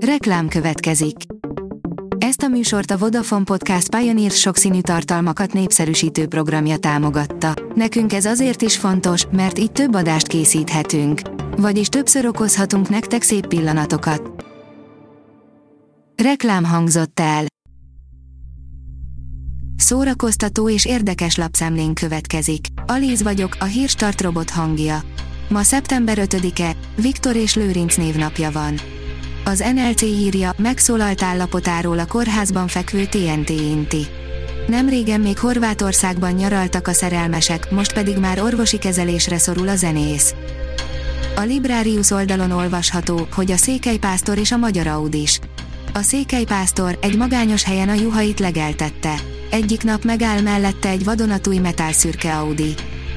Reklám következik. Ezt a műsort a Vodafone Podcast Pioneer sokszínű tartalmakat népszerűsítő programja támogatta. Nekünk ez azért is fontos, mert így több adást készíthetünk. Vagyis többször okozhatunk nektek szép pillanatokat. Reklám hangzott el. Szórakoztató és érdekes lapszemlén következik. Alíz vagyok, a Hírstart robot hangja. Ma szeptember 5-e, Viktor és Lőrinc névnapja van. Az NLC írja, megszólalt állapotáról a kórházban fekvő TNT Inti. Nemrégen még Horvátországban nyaraltak a szerelmesek, most pedig már orvosi kezelésre szorul a zenész. A Librarius oldalon olvasható, hogy a Székely Pásztor és a Magyar Audis. A Székely Pásztor egy magányos helyen a juhait legeltette. Egyik nap megáll mellette egy vadonatúj metálszürke Audi.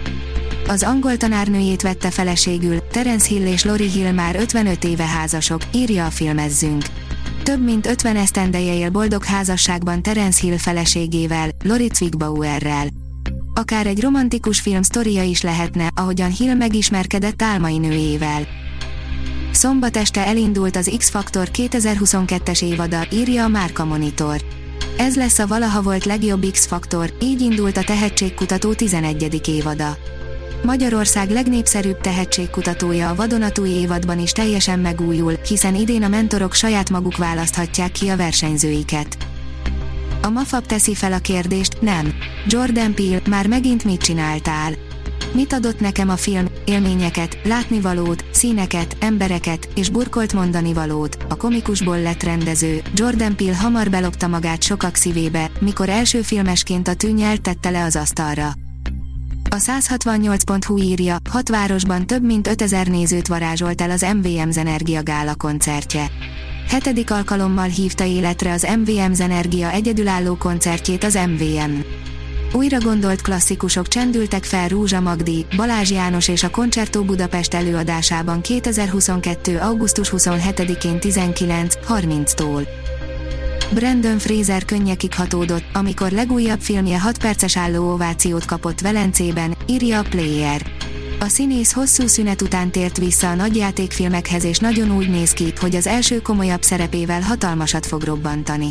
Az angol tanárnőjét vette feleségül, Terence Hill és Lori Hill már 55 éve házasok, írja a Filmezzünk. Több mint 50 esztendeje él boldog házasságban Terence Hill feleségével, Lori Zwigbauerrel. Akár egy romantikus film sztoria is lehetne, ahogyan Hill megismerkedett álmai nőjével. Szombat este elindult az X-Factor 2022-es évada, írja a Márka Monitor. Ez lesz a valaha volt legjobb X-Factor, így indult a tehetségkutató 11. évada. Magyarország legnépszerűbb tehetségkutatója a vadonatúj évadban is teljesen megújul, hiszen idén a mentorok saját maguk választhatják ki a versenyzőiket. A Mafab teszi fel a kérdést, nem. Jordan Peele, már megint mit csináltál? Mit adott nekem a film? Élményeket, látnivalót, színeket, embereket, és burkolt mondanivalót. A komikusból lett rendező, Jordan Peele hamar belopta magát sokak szívébe, mikor első filmesként a Tűnnyelt tette le az asztalra. A 168.hu írja, 6 városban több mint 5000 nézőt varázsolt el az MVM Zenergia gála koncertje. 7. alkalommal hívta életre az MVM Zenergia egyedülálló koncertjét az MVM. Újra gondolt klasszikusok csendültek fel Rúzsa Magdi, Balázs János és a Concerto Budapest előadásában 2022. augusztus 27-én 19:30-tól. Brandon Fraser könnyekig hatódott, amikor legújabb filmje 6 perces álló ovációt kapott Velencében, írja a Player. A színész hosszú szünet után tért vissza a nagyjátékfilmekhez és nagyon úgy néz ki, hogy az első komolyabb szerepével hatalmasat fog robbantani.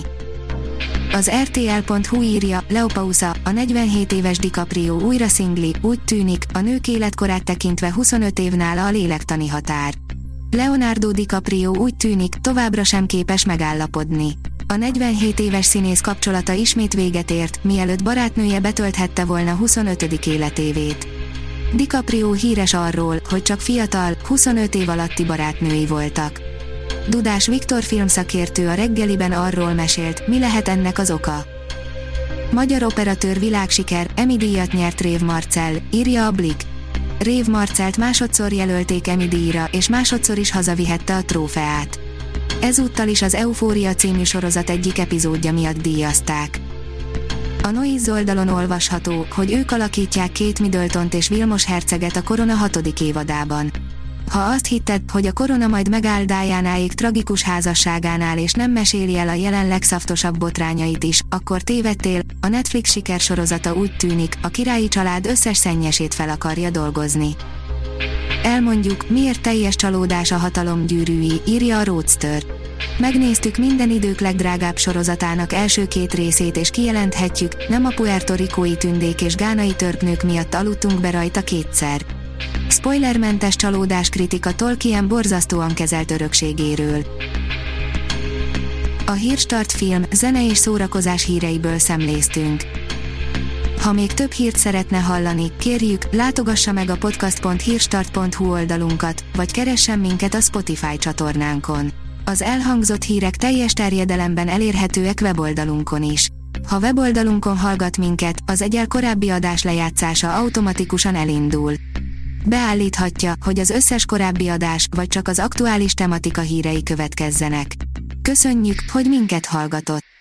Az RTL.hu írja, Leopausa, a 47 éves DiCaprio újra szingli, úgy tűnik, a nők életkorát tekintve 25 év nála a lélektani határ. Leonardo DiCaprio úgy tűnik, továbbra sem képes megállapodni. A 47 éves színész kapcsolata ismét véget ért, mielőtt barátnője betölthette volna 25. életévét. DiCaprio híres arról, hogy csak fiatal, 25 év alatti barátnői voltak. Dudás Viktor filmszakértő a Reggeliben arról mesélt, mi lehet ennek az oka. Magyar operatőr világsiker, Emmy-díjat nyert Rév Marcell, írja a Blick. Rév Marcellt másodszor jelölték Emmy-díjra, és másodszor is hazavihette a trófeát. Ezúttal is az Eufória című sorozat egyik epizódja miatt díjazták. A Noiz oldalon olvasható, hogy ők alakítják Kate Middletont és Vilmos herceget a Korona 6. évadában. Ha azt hitted, hogy a korona majd megáll Dianáék tragikus házasságánál és nem meséli el a jelen legszaftosabb botrányait is, akkor tévedtél, a Netflix sikersorozata úgy tűnik, a királyi család összes szennyesét fel akarja dolgozni. Elmondjuk, miért teljes csalódás a Hatalom gyűrűi, írja a Roadster. Megnéztük minden idők legdrágább sorozatának első 2 részét és kijelenthetjük, nem a Puerto Ricói tündék és gánai törpnők miatt aludtunk be rajta kétszer. Spoilermentes csalódás kritika Tolkien borzasztóan kezelt örökségéről. A Hírstart film, zene és szórakozás híreiből szemléztünk. Ha még több hírt szeretne hallani, kérjük, látogassa meg a podcast.hírstart.hu oldalunkat, vagy keressen minket a Spotify csatornánkon. Az elhangzott hírek teljes terjedelemben elérhetőek weboldalunkon is. Ha weboldalunkon hallgat minket, az egyel korábbi adás lejátszása automatikusan elindul. Beállíthatja, hogy az összes korábbi adás, vagy csak az aktuális tematika hírei következzenek. Köszönjük, hogy minket hallgatott!